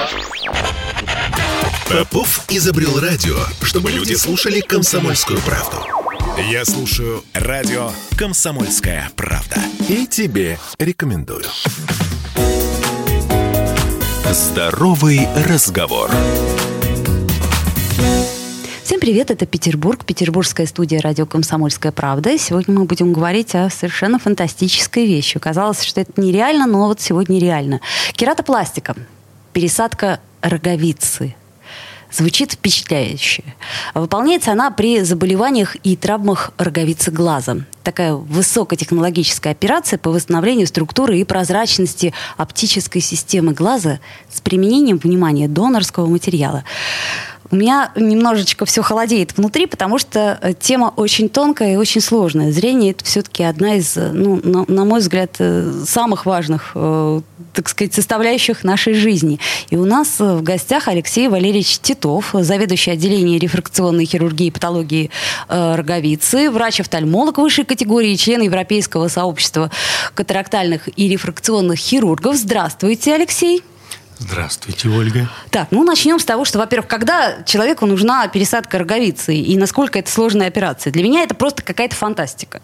Попов изобрел радио, чтобы люди слушали «Комсомольскую правду». Я слушаю радио «Комсомольская правда». И тебе рекомендую. Здоровый разговор. Всем привет, это Петербург, петербургская студия радио «Комсомольская правда». Сегодня мы будем говорить о совершенно фантастической вещи. Казалось, что это нереально, но вот сегодня реально. Кератопластика, пересадка роговицы. Звучит впечатляюще. Выполняется она при заболеваниях и травмах роговицы глаза. Такая высокотехнологическая операция по восстановлению структуры и прозрачности оптической системы глаза с применением, внимания, донорского материала. У меня немножечко все холодеет внутри, потому что тема очень тонкая и очень сложная. Зрение – это все-таки одна из, на мой взгляд, самых важных, так сказать, составляющих нашей жизни. И у нас в гостях Алексей Валерьевич Титов, заведующий отделением рефракционной хирургии и патологии роговицы, врач-офтальмолог высшей категории, член Европейского сообщества катарактальных и рефракционных хирургов. Здравствуйте, Алексей. Здравствуйте, Ольга. Так, начнем с того, что, во-первых, когда человеку нужна пересадка роговицы и насколько это сложная операция? Для меня это просто какая-то фантастика.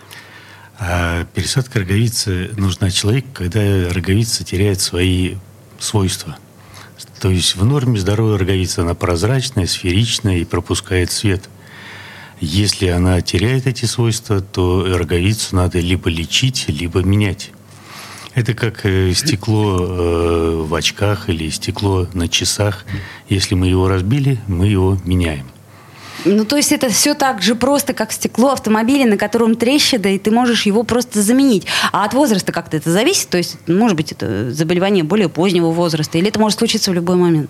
Пересадка роговицы нужна человеку, когда роговица теряет свои свойства. То есть в норме здоровая роговица, она прозрачная, сферичная и пропускает свет. Если она теряет эти свойства, то роговицу надо либо лечить, либо менять. Это как стекло в очках или стекло на часах. Если мы его разбили, мы его меняем. То есть это все так же просто, как стекло автомобиля, на котором трещина, и ты можешь его просто заменить. А от возраста как-то это зависит? То есть, может быть, это заболевание более позднего возраста, или это может случиться в любой момент?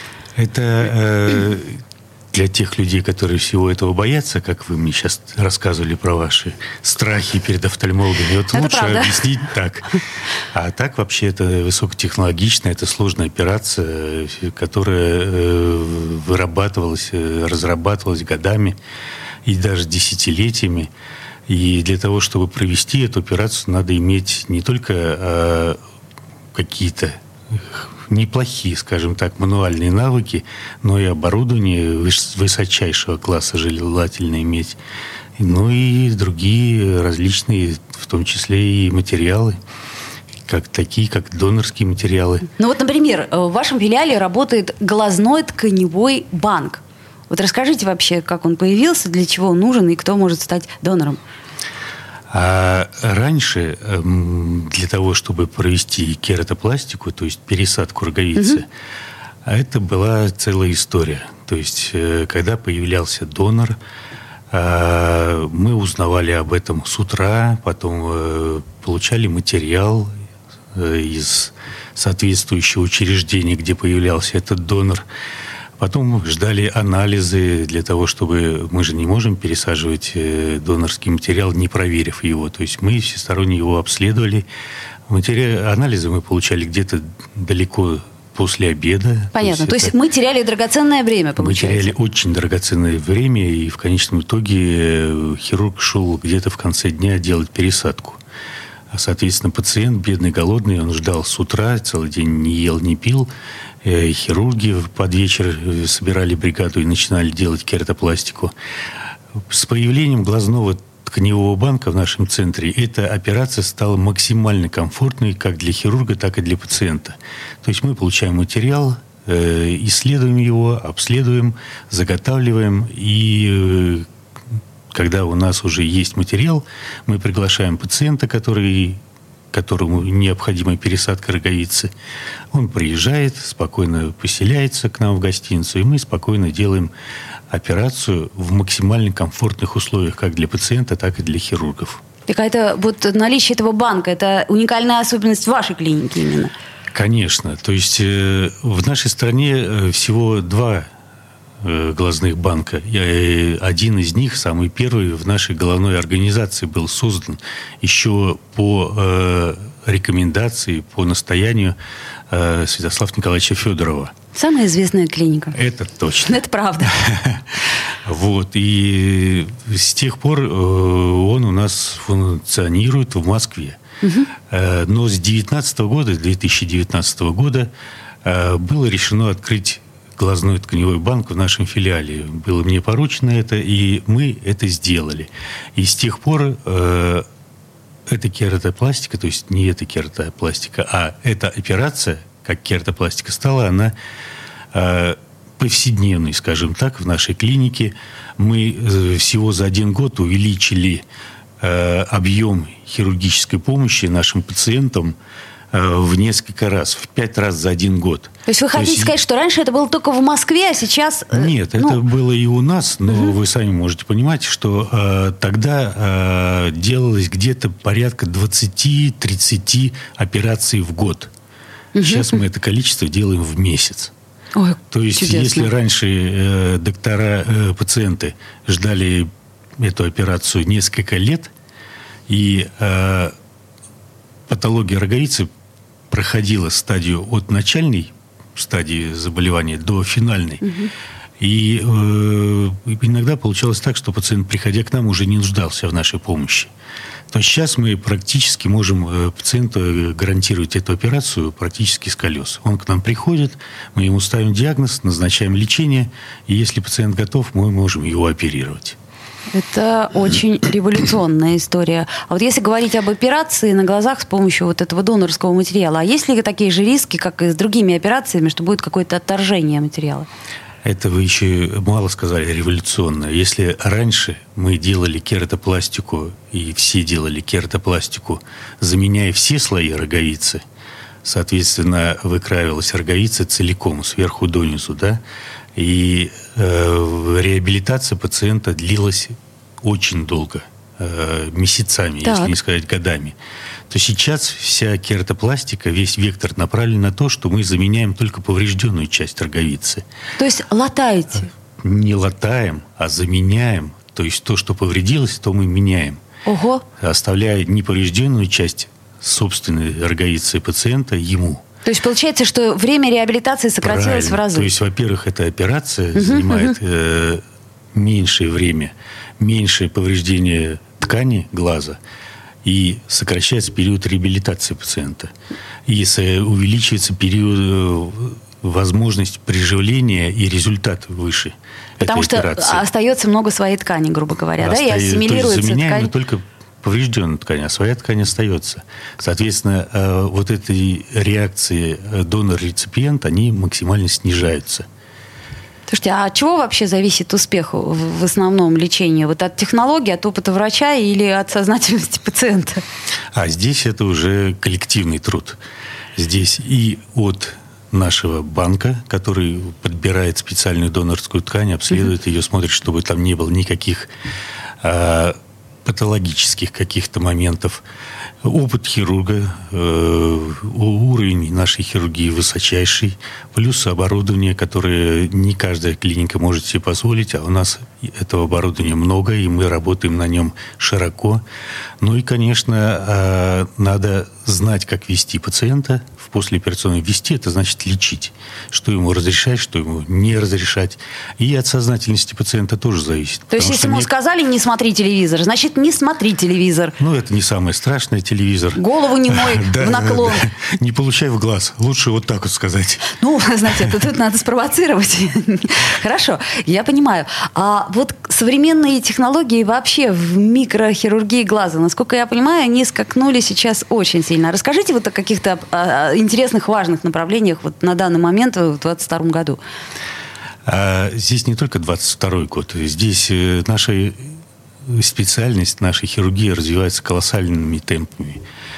Это для тех людей, которые всего этого боятся, как вы мне сейчас рассказывали про ваши страхи перед офтальмологами, вот это лучше правда. Объяснить так. А так вообще это высокотехнологичная, это сложная операция, которая вырабатывалась, разрабатывалась годами и даже десятилетиями. И для того, чтобы провести эту операцию, надо иметь не только какие-то неплохие, скажем так, мануальные навыки, но и оборудование высочайшего класса желательно иметь. И другие различные, в том числе и материалы, такие как донорские материалы. Например, в вашем филиале работает глазной тканевой банк. Расскажите вообще, как он появился, для чего он нужен и кто может стать донором. А раньше для того, чтобы провести кератопластику, то есть пересадку роговицы, это была целая история. То есть, когда появлялся донор, мы узнавали об этом с утра, потом получали материал из соответствующего учреждения, где появлялся этот донор. Потом ждали анализы для того, чтобы... Мы же не можем пересаживать донорский материал, не проверив его. То есть мы всесторонне его обследовали. Анализы мы получали где-то далеко после обеда. Понятно. То есть мы теряли драгоценное время, получается? Мы теряли очень драгоценное время, и в конечном итоге хирург шел где-то в конце дня делать пересадку. Соответственно, пациент, бедный, голодный, он ждал с утра, целый день не ел, не пил. Хирурги под вечер собирали бригаду и начинали делать кератопластику. С появлением глазного тканевого банка в нашем центре эта операция стала максимально комфортной как для хирурга, так и для пациента. То есть мы получаем материал, исследуем его, обследуем, заготавливаем, и когда у нас уже есть материал, мы приглашаем пациента, которому необходима пересадка роговицы. Он приезжает, спокойно поселяется к нам в гостиницу, и мы спокойно делаем операцию в максимально комфортных условиях как для пациента, так и для хирургов. Это наличие этого банка, это уникальная особенность вашей клиники именно? Конечно. То есть в нашей стране всего 2 глазных банка. Один из них, самый первый, в нашей головной организации был создан еще по рекомендации, по настоянию Святослава Николаевича Федорова. Самая известная клиника. Это точно. Это правда. И с тех пор он у нас функционирует в Москве. Но с 2019 года было решено открыть глазной тканевой банк в нашем филиале. Было мне поручено это, и мы это сделали. И с тех пор эта кератопластика, то есть не эта кератопластика, а эта операция, как кератопластика стала, она повседневной, скажем так, в нашей клинике. Мы всего за 1 год увеличили объем хирургической помощи нашим пациентам в несколько раз, в 5 раз за 1 год. То есть вы хотите сказать, что раньше это было только в Москве, а сейчас... Нет, это было и у нас, но вы сами можете понимать, что тогда делалось где-то порядка 20-30 операций в год. Сейчас мы это количество делаем в месяц. Ой, то есть, чудесно. если раньше пациенты ждали эту операцию несколько лет, и патология роговицы проходила стадию от начальной стадии заболевания до финальной. И иногда получалось так, что пациент, приходя к нам, уже не нуждался в нашей помощи. То сейчас мы практически можем пациенту гарантировать эту операцию практически с колес. Он к нам приходит, мы ему ставим диагноз, назначаем лечение, и если пациент готов, мы можем его оперировать. Это очень революционная история. А вот если говорить об операции на глазах с помощью вот этого донорского материала, а есть ли такие же риски, как и с другими операциями, что будет какое-то отторжение материала? Это вы еще мало сказали, революционно. Если раньше мы делали кератопластику, и все делали кератопластику, заменяя все слои роговицы, соответственно, выкраивалась роговица целиком, сверху донизу, да, и реабилитация пациента длилась очень долго, месяцами, если не сказать годами. То сейчас вся кератопластика, весь вектор направлен на то, что мы заменяем только поврежденную часть роговицы. То есть латаете? Не латаем, а заменяем. То есть то, что повредилось, то мы меняем. Ого! Оставляя неповрежденную часть собственной роговицы пациента ему. То есть получается, что время реабилитации сократилось в разы? То есть, во-первых, эта операция занимает меньшее время, меньшее повреждение ткани глаза и сокращается период реабилитации пациента. И увеличивается период, возможность приживления и результат выше. Потому что остается много своей ткани, грубо говоря, да? И ассимилируется ткань. Заменяем только поврежденную ткань, а своя ткань остается. Соответственно, вот эти реакции донор-реципиент, они максимально снижаются. Слушайте, а от чего вообще зависит успех в основном лечении? Вот от технологии, от опыта врача или от сознательности пациента? А здесь это уже коллективный труд. Здесь и от нашего банка, который подбирает специальную донорскую ткань, обследует ее, смотрит, чтобы там не было никаких патологических каких-то моментов. Опыт хирурга, уровень нашей хирургии высочайший, плюс оборудование, которое не каждая клиника может себе позволить, а у нас этого оборудования много, и мы работаем на нем широко. Ну и, конечно, надо знать, как вести пациента в послеоперационном. Вести — это значит лечить. Что ему разрешать, что ему не разрешать. И от сознательности пациента тоже зависит. То есть, если ему сказали «не смотри телевизор», значит, не смотри телевизор. Ну, это не самое страшное, телевизор. Голову не мой в наклон. Да. Не получай в глаз. Лучше вот так вот сказать. Ну, знаете, тут надо спровоцировать. Хорошо, я понимаю. А вот современные технологии вообще в микрохирургии глаза, насколько я понимаю, они скакнули сейчас очень сильно. Расскажите вот о каких-то интересных, важных направлениях вот на данный момент в 2022 году. Здесь не только 2022 год. Здесь наша специальность, наша хирургия развивается колоссальными темпами.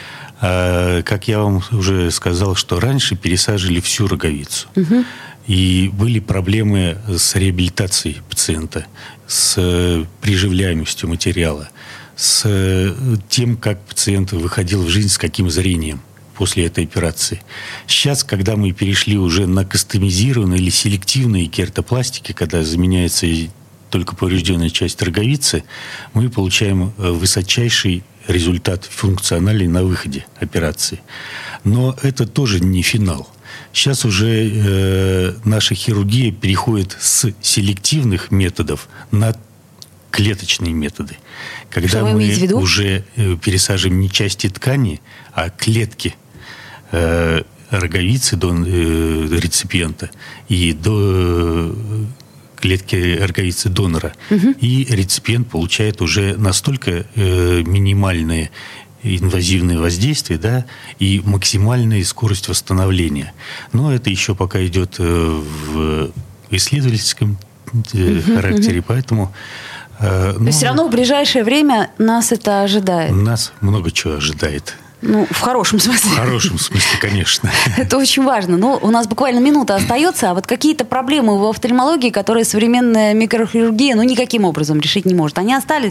Как я вам уже сказал, что раньше пересаживали всю роговицу. И были проблемы с реабилитацией пациента, с приживляемостью материала, с тем, как пациент выходил в жизнь, с каким зрением после этой операции. Сейчас, когда мы перешли уже на кастомизированные или селективные кератопластики, когда заменяется только поврежденная часть роговицы, мы получаем высочайший результат функциональный на выходе операции. Но это тоже не финал. Сейчас уже наша хирургия переходит с селективных методов на клеточные методы. Когда мы уже пересаживаем не части ткани, а клетки роговицы реципиента и до клетки роговицы донора. И реципиент получает уже настолько минимальные инвазивное воздействие, да, и максимальная скорость восстановления. Но это еще пока идет в исследовательском характере, поэтому... То есть все равно в ближайшее время нас это ожидает? Нас много чего ожидает. Ну, в хорошем смысле. В хорошем смысле, конечно. Это очень важно. Но у нас буквально минута остается, а вот какие-то проблемы в офтальмологии, которые современная микрохирургия, никаким образом решить не может, они остались?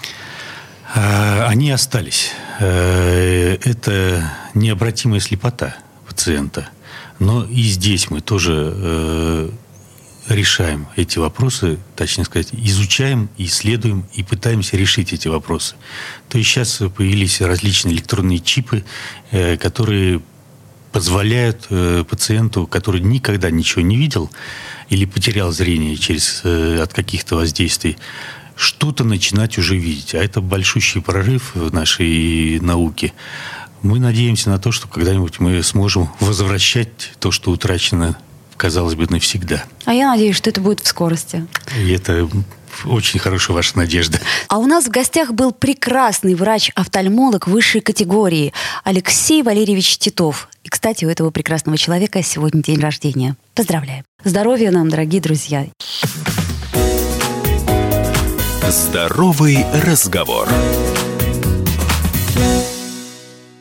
Они остались. Это необратимая слепота пациента. Но и здесь мы тоже решаем эти вопросы, точнее сказать, изучаем, исследуем и пытаемся решить эти вопросы. То есть сейчас появились различные электронные чипы, которые позволяют пациенту, который никогда ничего не видел или потерял зрение от каких-то воздействий, что-то начинать уже видеть. А это большущий прорыв в нашей науке. Мы надеемся на то, что когда-нибудь мы сможем возвращать то, что утрачено, казалось бы, навсегда. А я надеюсь, что это будет в скорости. И это очень хорошая ваша надежда. А у нас в гостях был прекрасный врач-офтальмолог высшей категории Алексей Валерьевич Титов. И, кстати, у этого прекрасного человека сегодня день рождения. Поздравляем. Здоровья нам, дорогие друзья. Здоровый разговор.